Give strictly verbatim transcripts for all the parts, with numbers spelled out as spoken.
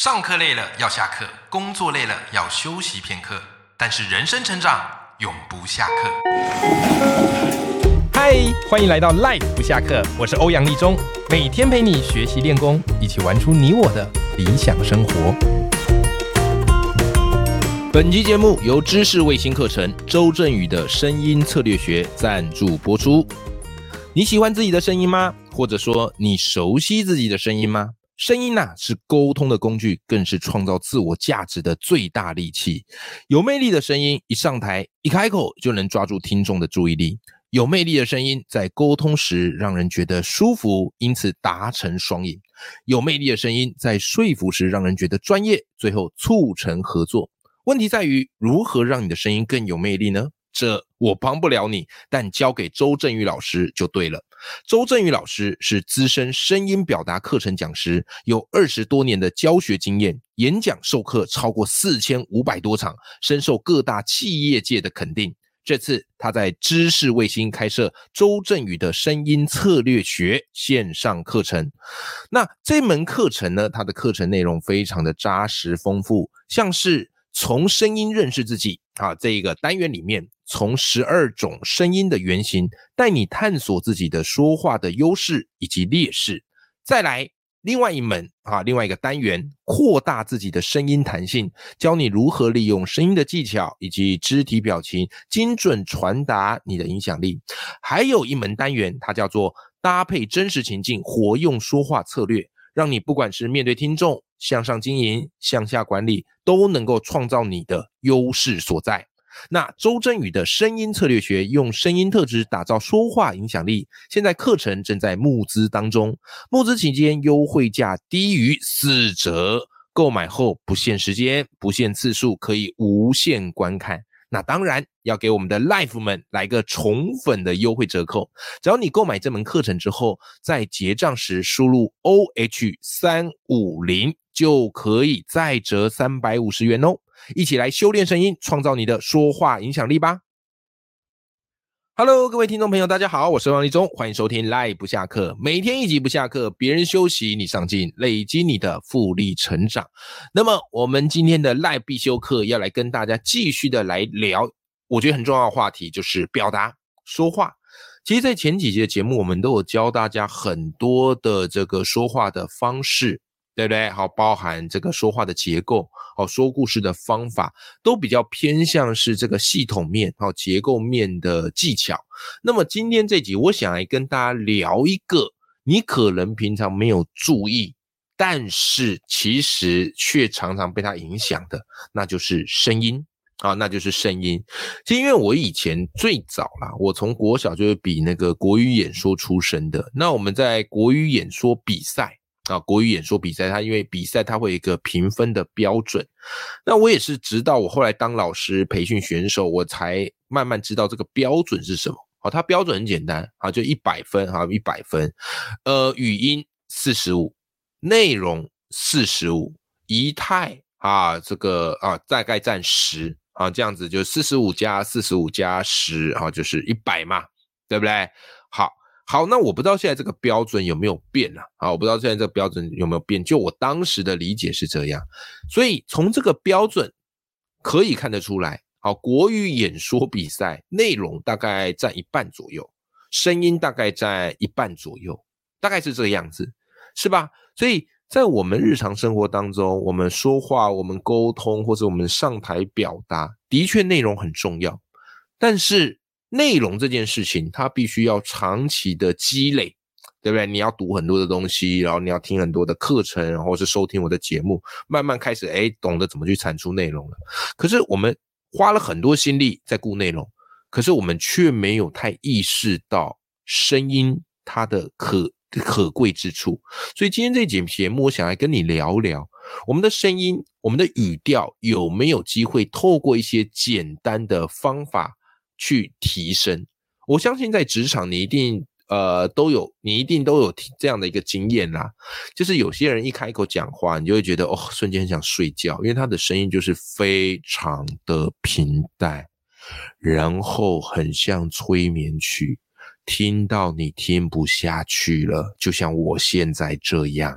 上课累了要下课，工作累了要休息片刻，但是人生成长永不下课。嗨，欢迎来到 Life 不下课，我是欧阳立中，每天陪你学习练功，一起玩出你我的理想生活。 本期节目由知识卫星课程周振宇的声音策略学赞助播出。你喜欢自己的声音吗？或者说你熟悉自己的声音吗？声音啊，是沟通的工具，更是创造自我价值的最大利器。有魅力的声音一上台，一开口就能抓住听众的注意力。有魅力的声音在沟通时让人觉得舒服，因此达成双赢。有魅力的声音在说服时让人觉得专业，最后促成合作。问题在于如何让你的声音更有魅力呢？这我帮不了你，但交给周振宇老师就对了。周振宇老师是资深声音表达课程讲师，有二十多年的教学经验，演讲授课超过四千五百多场，深受各大企业界的肯定。这次他在知识卫星开设周振宇的声音策略学线上课程。那这门课程呢，它的课程内容非常的扎实丰富，像是从声音认识自己啊，这一个单元里面，从十二种声音的原型带你探索自己的说话的优势以及劣势。再来另外一门啊，另外一个单元，扩大自己的声音弹性，教你如何利用声音的技巧以及肢体表情精准传达你的影响力。还有一门单元，它叫做搭配真实情境活用说话策略，让你不管是面对听众、向上经营、向下管理，都能够创造你的优势所在。那周振宇的声音策略学，用声音特质打造说话影响力，现在课程正在募资当中，募资期间优惠价低于四折，购买后不限时间、不限次数，可以无限观看。那当然要给我们的 Life 们来个宠粉的优惠折扣，只要你购买这门课程之后，在结账时输入 O H 三五零 就可以再折三百五十元哦。一起来修炼声音，创造你的说话影响力吧。Hello， 各位听众朋友，大家好，我是王立中，欢迎收听 Live 不下课，每天一集不下课，别人休息你上进，累积你的复利成长。那么我们今天的 Live 必修课要来跟大家继续的来聊，我觉得很重要的话题就是表达说话。其实在前几集的节目，我们都有教大家很多的这个说话的方式，对不对？好，包含这个说话的结构，好，说故事的方法，都比较偏向是这个系统面，好，结构面的技巧。那么今天这集，我想来跟大家聊一个你可能平常没有注意，但是其实却常常被它影响的，那就是声音。啊，那就是声音。其实因为我以前最早啦，我从国小就是比那个国语演说出身的。那我们在国语演说比赛啊，国语演说比赛，它因为比赛它会有一个评分的标准。那我也是直到我后来当老师培训选手，我才慢慢知道这个标准是什么。好，它标准很简单，好，就一百分，好，一百分。呃，语音四十五，内容四十五，仪态啊，这个啊大概占十。啊，这样子就四十五加四十五加十，啊，就是一百嘛，对不对？好，好，那我不知道现在这个标准有没有变啊？啊，我不知道现在这个标准有没有变，就我当时的理解是这样。所以从这个标准可以看得出来，好，国语演说比赛内容大概占一半左右，声音大概占一半左右，大概是这个样子，是吧？所以在我们日常生活当中，我们说话，我们沟通，或者我们上台表达，的确内容很重要，但是内容这件事情它必须要长期的积累，对不对？你要读很多的东西，然后你要听很多的课程，然后是收听我的节目，慢慢开始诶懂得怎么去产出内容了。可是我们花了很多心力在顾内容，可是我们却没有太意识到声音它的可可贵之处。所以今天这集节目我想来跟你聊聊我们的声音，我们的语调有没有机会透过一些简单的方法去提升。我相信在职场你一定呃都有你一定都有这样的一个经验啦，就是有些人一开口讲话，你就会觉得哦瞬间很想睡觉，因为他的声音就是非常的平淡，然后很像催眠曲，听到你听不下去了，就像我现在这样，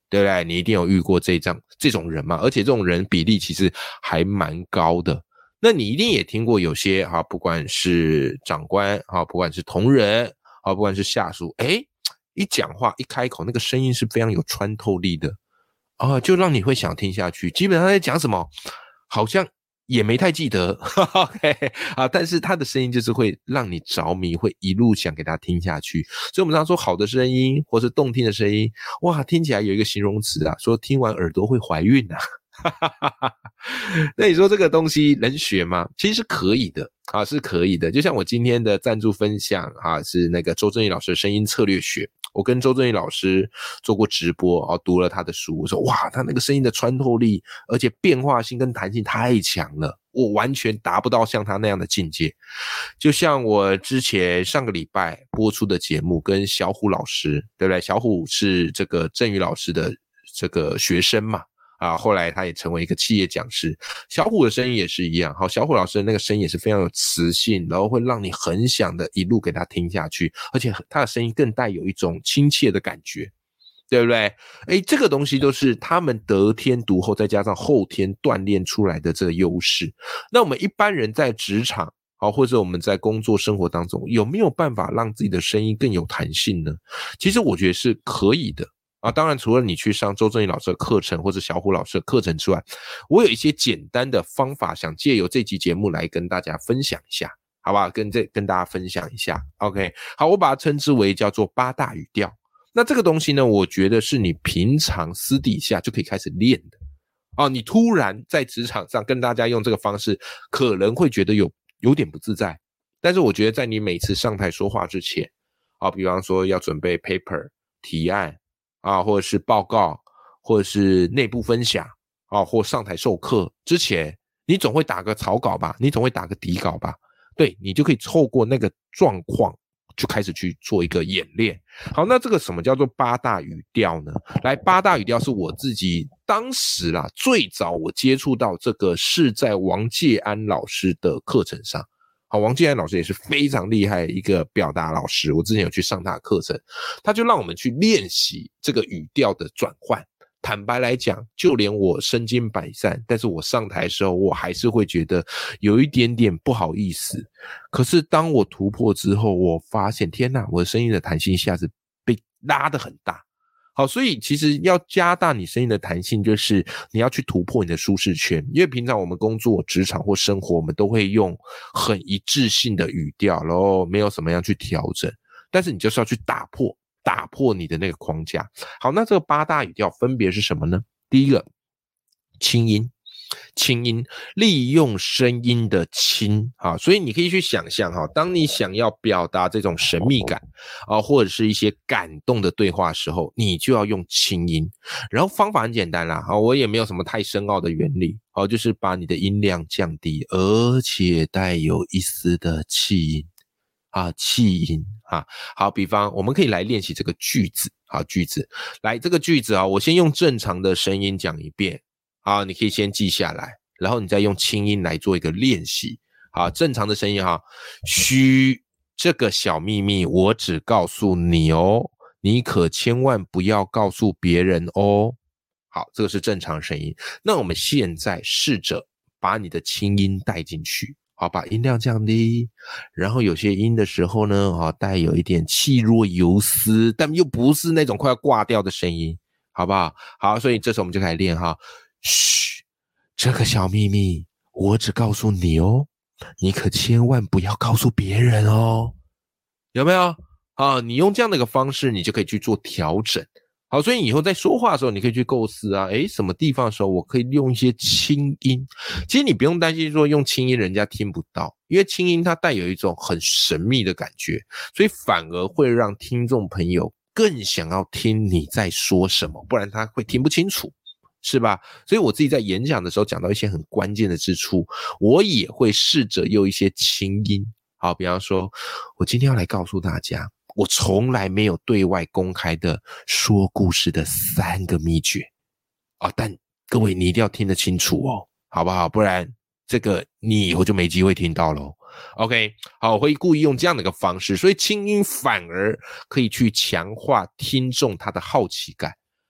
对不对？你一定有遇过这种这种人嘛，而且这种人比例其实还蛮高的。那你一定也听过有些哈，不管是长官哈，不管是同仁啊，不管是下属，诶，一讲话一开口，那个声音是非常有穿透力的啊，就让你会想听下去。基本上在讲什么，好像也没太记得，OK 啊，但是他的声音就是会让你着迷，会一路想给他听下去。所以我们常说好的声音或是动听的声音，哇，听起来有一个形容词啊，说听完耳朵会怀孕啊。那你说这个东西能学吗？其实是可以的啊，是可以的。就像我今天的赞助分享啊，是那个周正义老师的声音策略学。我跟周正义老师做过直播啊，读了他的书，我说哇，他那个声音的穿透力，而且变化性跟弹性太强了，我完全达不到像他那样的境界。就像我之前上个礼拜播出的节目，跟小虎老师，对不对？小虎是这个振宇老师的这个学生嘛。啊，后来他也成为一个企业讲师。小虎的声音也是一样，好，小虎老师的那个声音也是非常有磁性，然后会让你很想的一路给他听下去，而且他的声音更带有一种亲切的感觉，对不对？诶，这个东西都是他们得天独厚，再加上后天锻炼出来的这个优势。那我们一般人在职场好，或者我们在工作生活当中，有没有办法让自己的声音更有弹性呢？其实我觉得是可以的。啊，当然除了你去上周正义老师的课程或者小虎老师的课程之外，我有一些简单的方法想借由这期节目来跟大家分享一下，好不好？跟这跟大家分享一下 OK。 好，我把它称之为叫做八大语调。那这个东西呢，我觉得是你平常私底下就可以开始练的啊，你突然在职场上跟大家用这个方式，可能会觉得有有点不自在，但是我觉得在你每次上台说话之前啊，比方说要准备 paper 提案啊，或者是报告，或者是内部分享啊，或上台授课之前，你总会打个草稿吧，你总会打个底稿吧，对，你就可以透过那个状况就开始去做一个演练。好，那这个什么叫做八大语调呢？来，八大语调是我自己当时啦，最早我接触到这个是在王介安老师的课程上。好，王介安老师也是非常厉害的一个表达老师，我之前有去上他的课程，他就让我们去练习这个语调的转换。坦白来讲，就连我身经百战，但是我上台的时候，我还是会觉得有一点点不好意思。可是当我突破之后，我发现天哪，我的声音的弹性一下子被拉得很大。好，所以其实要加大你声音的弹性，就是你要去突破你的舒适圈。因为平常我们工作、职场或生活，我们都会用很一致性的语调，然后没有什么样去调整。但是你就是要去打破，打破你的那个框架。好，那这个八大语调分别是什么呢？第一个，轻音。轻音，利用声音的轻啊，所以你可以去想象哈，当你想要表达这种神秘感啊，或者是一些感动的对话的时候，你就要用轻音。然后方法很简单啦，啊，我也没有什么太深奥的原理，啊，就是把你的音量降低，而且带有一丝的气音啊，气音啊。好，比方我们可以来练习这个句子，好，句子，来这个句子啊，我先用正常的声音讲一遍。好，你可以先记下来，然后你再用轻音来做一个练习。好，正常的声音哈，嘘，这个小秘密我只告诉你哦，你可千万不要告诉别人哦。好，这个是正常声音。那我们现在试着把你的轻音带进去，好，把音量降低，然后有些音的时候呢，啊，带有一点气若游丝，但又不是那种快要挂掉的声音，好不好？好，所以这时候我们就开始练哈。嘘，这个小秘密我只告诉你哦，你可千万不要告诉别人哦。有没有？好，你用这样的一个方式，你就可以去做调整。好，所以以后在说话的时候，你可以去构思啊，诶，什么地方的时候我可以用一些轻音。其实你不用担心说用轻音人家听不到，因为轻音它带有一种很神秘的感觉，所以反而会让听众朋友更想要听你在说什么，不然他会听不清楚。是吧？所以我自己在演讲的时候讲到一些很关键的之处，我也会试着用一些轻音。好，比方说我今天要来告诉大家，我从来没有对外公开的说故事的三个秘诀啊，但各位你一定要听得清楚哦，好不好？不然这个你以后就没机会听到咯。OK， 好，我会故意用这样的一个方式，所以轻音反而可以去强化听众他的好奇感。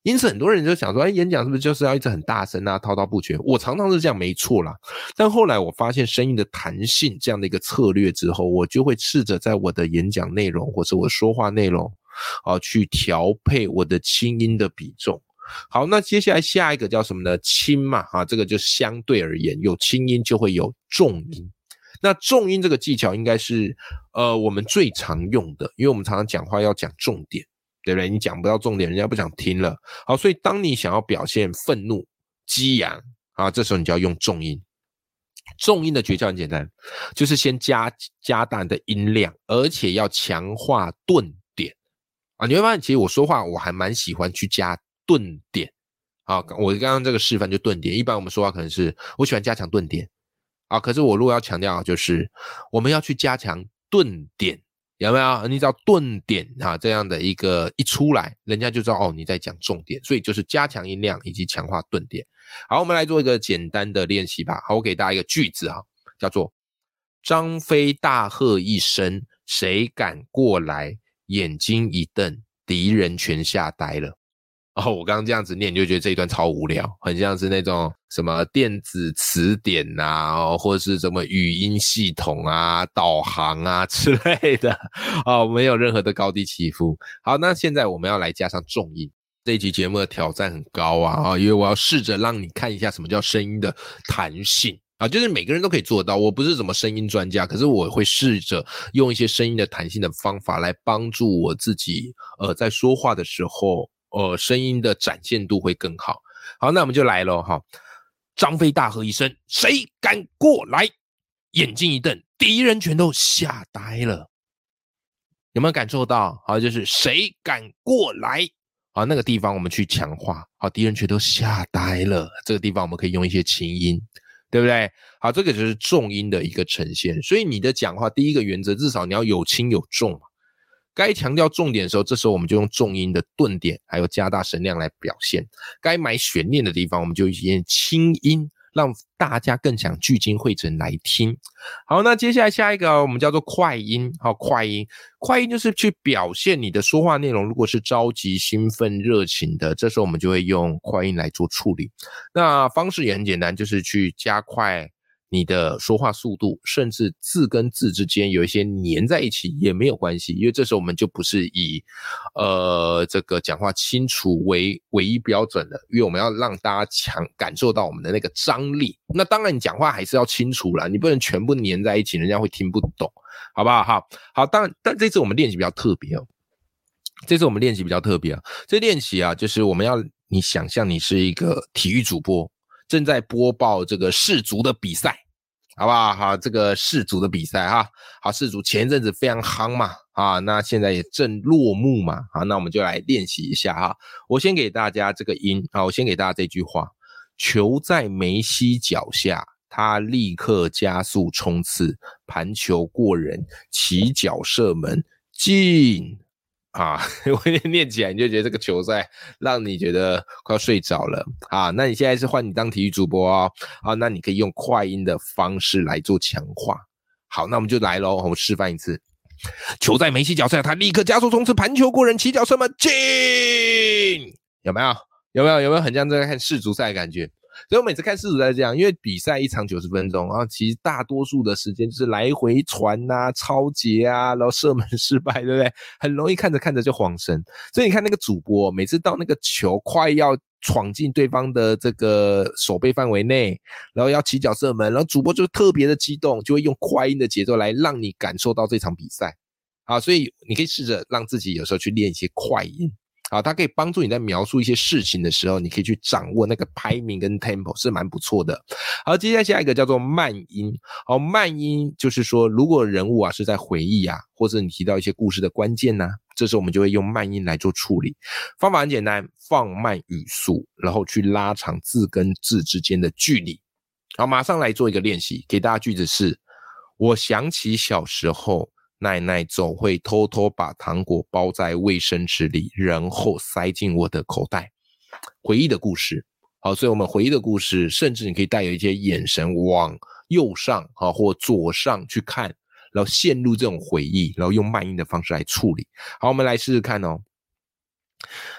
因此很多人就想说，哎，演讲是不是就是要一直很大声啊，滔滔不绝？我常常是这样，没错啦。但后来我发现声音的弹性这样的一个策略之后，我就会试着在我的演讲内容或者我说话内容啊，去调配我的轻音的比重。好，那接下来下一个叫什么呢？轻嘛，啊，这个就相对而言，有轻音就会有重音。那重音这个技巧应该是呃我们最常用的，因为我们常常讲话要讲重点，对不对？你讲不到重点，人家不想听了。好，所以当你想要表现愤怒、激昂啊，这时候你就要用重音。重音的诀窍很简单，就是先加加大你的音量，而且要强化顿点啊。你会发现，其实我说话我还蛮喜欢去加顿点啊。我刚刚这个示范就顿点，一般我们说话可能是我喜欢加强顿点。啊，可是我如果要强调，就是我们要去加强顿点，有没有？你只要顿点啊，这样的一个一出来，人家就知道哦你在讲重点，所以就是加强音量以及强化顿点。好，我们来做一个简单的练习吧。好，我给大家一个句子啊，叫做张飞大喝一声，谁敢过来？眼睛一瞪，敌人全吓呆了。哦，我刚刚这样子念，你就觉得这一段超无聊，很像是那种什么电子词典啊，哦、或者是什么语音系统啊、导航啊之类的，哦，没有任何的高低起伏。好，那现在我们要来加上重音。这一期节目的挑战很高啊，因为我要试着让你看一下什么叫声音的弹性啊，就是每个人都可以做到。我不是什么声音专家，可是我会试着用一些声音的弹性的方法来帮助我自己，呃，在说话的时候。呃，声音的展现度会更好。好，那我们就来咯哈。张飞大喝一声，谁敢过来？眼睛一瞪，敌人全都吓呆了。有没有感受到？好，就是谁敢过来？好，那个地方我们去强化。好，敌人全都吓呆了。这个地方我们可以用一些轻音，对不对？好，这个就是重音的一个呈现。所以你的讲话第一个原则，至少你要有轻有重嘛。该强调重点的时候，这时候我们就用重音的顿点还有加大声量来表现。该埋悬念的地方，我们就用轻音，让大家更想聚精会神来听。好，那接下来下一个我们叫做快音。好，快音快音就是去表现你的说话内容，如果是着急兴奋热情的，这时候我们就会用快音来做处理。那方式也很简单，就是去加快你的说话速度，甚至字跟字之间有一些粘在一起也没有关系，因为这时候我们就不是以呃这个讲话清楚为唯一标准了，因为我们要让大家强感受到我们的那个张力。那当然你讲话还是要清楚啦，你不能全部粘在一起，人家会听不懂，好不好？好，好，当然，但这次我们练习比较特别哦。这次我们练习比较特别啊，这练习啊，就是我们要你想象你是一个体育主播，正在播报这个世足的比赛。好不好？好，这个世足的比赛哈，好，世足前一阵子非常夯嘛，啊，那现在也正落幕嘛，好，那我们就来练习一下哈。我先给大家这个音，好，我先给大家这句话：球在梅西脚下，他立刻加速冲刺，盘球过人，起脚射门，进。啊，我念起来你就觉得这个球赛让你觉得快要睡着了啊。那你现在是换你当体育主播哦，啊，那你可以用快音的方式来做强化。好，那我们就来咯，我们示范一次。球在梅西脚下，他立刻加速冲刺，盘球过人，起脚射门，进！有没有？有没有？有没有很像在看世足赛的感觉？所以我每次看世足赛这样，因为比赛一场九十分钟，然后其实大多数的时间就是来回传啊、抄截啊，然后射门失败，对不对？很容易看着看着就晃神。所以你看那个主播，每次到那个球快要闯进对方的这个守备范围内，然后要起脚射门，然后主播就特别的激动，就会用快音的节奏来让你感受到这场比赛。好，所以你可以试着让自己有时候去练一些快音。好，它可以帮助你在描述一些事情的时候，你可以去掌握那个拍名跟 tempo 是蛮不错的。好，接下来下一个叫做慢音。好，慢音就是说，如果人物啊是在回忆啊，或者你提到一些故事的关键啊，这时候我们就会用慢音来做处理。方法很简单，放慢语速，然后去拉长字跟字之间的距离。好，马上来做一个练习，给大家句子是：我想起小时候，奶奶总会偷偷把糖果包在卫生纸里，然后塞进我的口袋。回忆的故事。好，所以我们回忆的故事，甚至你可以带有一些眼神往右上或左上去看，然后陷入这种回忆，然后用慢音的方式来处理。好，我们来试试看哦。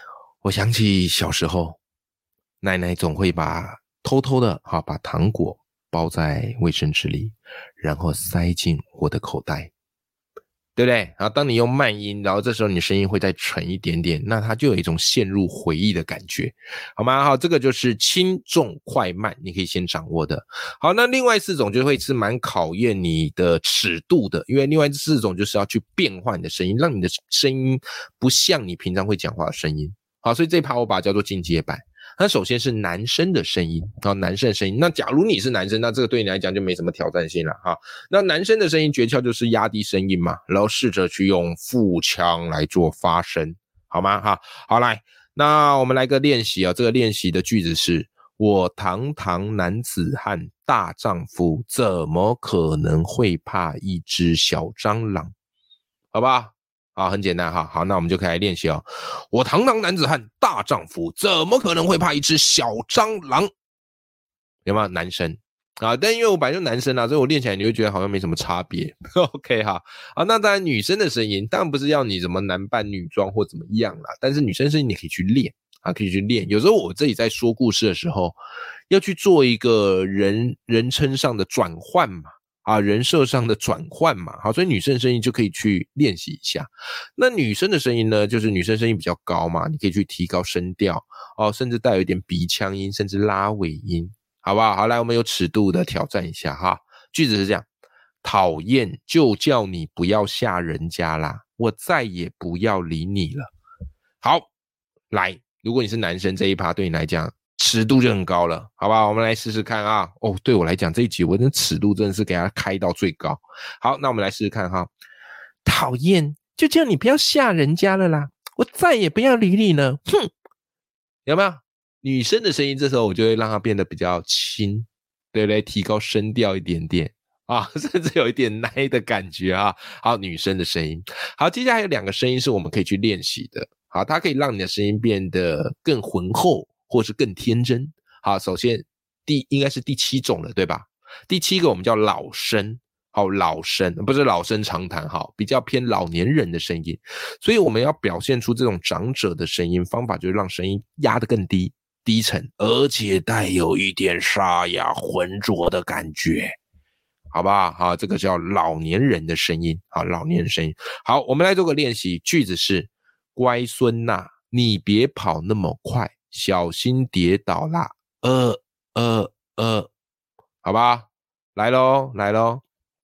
我想起小时候，奶奶总会把偷偷的哈把糖果包在卫生纸里，然后塞进我的口袋，对不对？然后当你用慢音，然后这时候你声音会再沉一点点，那它就有一种陷入回忆的感觉，好吗？好，这个就是轻重快慢，你可以先掌握的。好，那另外四种就会是蛮考验你的尺度的，因为另外四种就是要去变换你的声音，让你的声音不像你平常会讲话的声音。好，所以这一趴我把它叫做进阶版。那首先是男生的声音，好，男生的声音。那假如你是男生，那这个对你来讲就没什么挑战性了哈。那男生的声音诀窍就是压低声音嘛，然后试着去用腹腔来做发声，好吗？哈，好，来，那我们来个练习啊。这个练习的句子是：我堂堂男子汉大丈夫，怎么可能会怕一只小蟑螂？好吧？好，很简单哈。好，那我们就可以来练习哦。我堂堂男子汉大丈夫，怎么可能会怕一只小蟑螂？有没有男生啊？但因为我本来就男生啊，所以我练起来你会觉得好像没什么差别。OK 哈。啊，那当然女生的声音当然不是要你怎么男扮女装或怎么样啦，但是女生声音你可以去练啊，可以去练。有时候我自己在说故事的时候，要去做一个人人称上的转换嘛。啊，人设上的转换嘛，好，所以女生的声音就可以去练习一下。那女生的声音呢，就是女生声音比较高嘛，你可以去提高声调哦，甚至带有一点鼻腔音，甚至拉尾音，好不好？好，来，我们有尺度的挑战一下哈。句子是这样：讨厌，就叫你不要吓人家啦，我再也不要理你了。好，来，如果你是男生，这一趴对你来讲尺度就很高了，好吧？我们来试试看啊。哦，对我来讲这一集我的尺度真的是给它开到最高。好，那我们来试试看哈。讨厌，就叫你不要吓人家了啦，我再也不要理你了。哼，有没有？女生的声音这时候我就会让它变得比较轻，对不对？提高声调一点点啊，甚至有一点奶的感觉啊。好，女生的声音。好，接下来有两个声音是我们可以去练习的。好，它可以让你的声音变得更浑厚，或是更天真。好，首先第应该是第七种了，对吧？第七个我们叫老生。好，老生不是老生常谈，好，比较偏老年人的声音。所以我们要表现出这种长者的声音，方法就是让声音压得更低，低沉，而且带有一点沙哑浑浊的感觉，好不好？好，这个叫老年人的声音。好，老年人声音。好，我们来做个练习，句子是：乖孙呐，你别跑那么快，小心跌倒啦！呃呃呃，好吧，来咯来咯。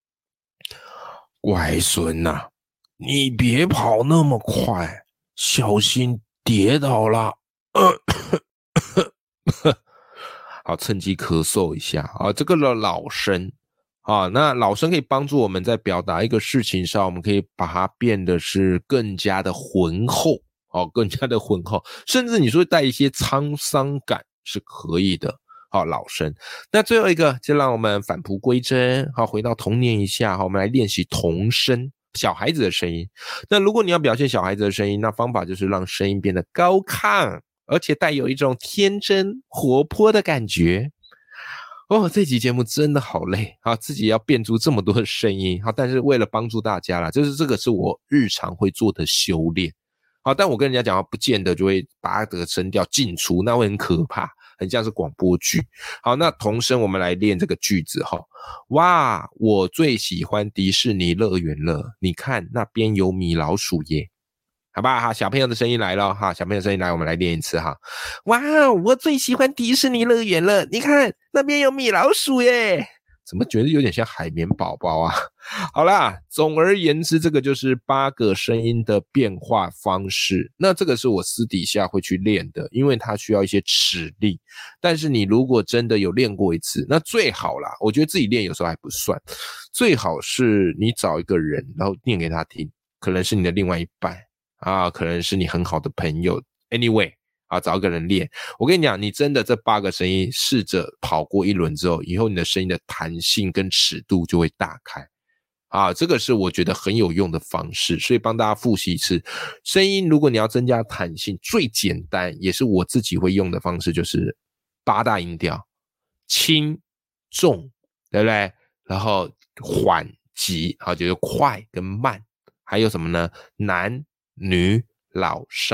乖孙呐，你别跑那么快，小心跌倒啦！呃好，趁机咳嗽一下啊，这个老生啊，那老生可以帮助我们在表达一个事情上，我们可以把它变得是更加的浑厚。好，更加的浑厚，甚至你说带一些沧桑感是可以的。好，老生。那最后一个就让我们返璞归真，好，回到童年一下，好，我们来练习童声，小孩子的声音。那如果你要表现小孩子的声音，那方法就是让声音变得高亢，而且带有一种天真活泼的感觉。哦，这期节目真的好累啊，自己要变出这么多的声音，好，但是为了帮助大家啦，就是这个是我日常会做的修炼。好，但我跟人家讲话不见得就会把它的声调进出，那会很可怕，很像是广播剧。好，那同声我们来练这个句子哈。哇，我最喜欢迪士尼乐园了，你看那边有米老鼠耶。好吧，哈，小朋友的声音来了哈，小朋友的声音来，我们来练一次哈。哇，我最喜欢迪士尼乐园了，你看那边有米老鼠耶。怎么觉得有点像海绵宝宝啊？好啦，总而言之，这个就是八个声音的变化方式。那这个是我私底下会去练的，因为它需要一些齿力。但是你如果真的有练过一次，那最好啦，我觉得自己练有时候还不算，最好是你找一个人，然后念给他听，可能是你的另外一半啊，可能是你很好的朋友 ，anyway。啊，找一个人练。我跟你讲，你真的这八个声音试着跑过一轮之后，以后你的声音的弹性跟尺度就会大开。啊，这个是我觉得很有用的方式，所以帮大家复习一次。声音如果你要增加弹性，最简单也是我自己会用的方式，就是八大音调：轻、重，对不对？然后缓、急，好，就是快跟慢。还有什么呢？男、女、老、少。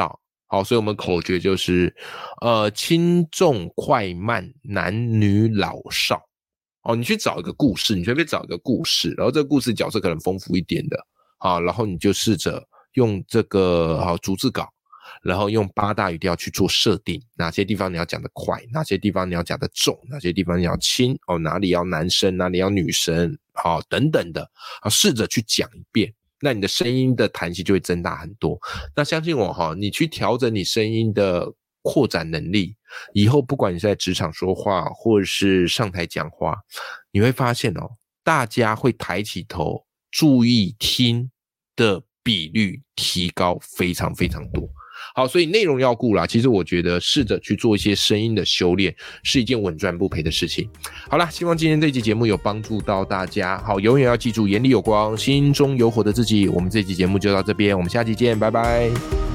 好，所以我们口诀就是呃轻重快慢男女老少。哦，你去找一个故事，你随便找一个故事，然后这个故事角色可能丰富一点的，好，然后你就试着用这个好逐字稿，然后用八大语调去做设定，哪些地方你要讲得快，哪些地方你要讲得重，哪些地方你要轻，哦，哪里要男生，哪里要女生，好，等等的，好，试着去讲一遍，那你的声音的弹性就会增大很多。那相信我哈，你去调整你声音的扩展能力，以后不管你是在职场说话或者是上台讲话，你会发现哦，大家会抬起头注意听的比率提高非常非常多。好，所以内容要顾啦，其实我觉得试着去做一些声音的修炼是一件稳赚不赔的事情。好啦，希望今天这期节目有帮助到大家。好，永远要记住眼里有光，心中有火的自己。我们这期节目就到这边，我们下期见，拜拜。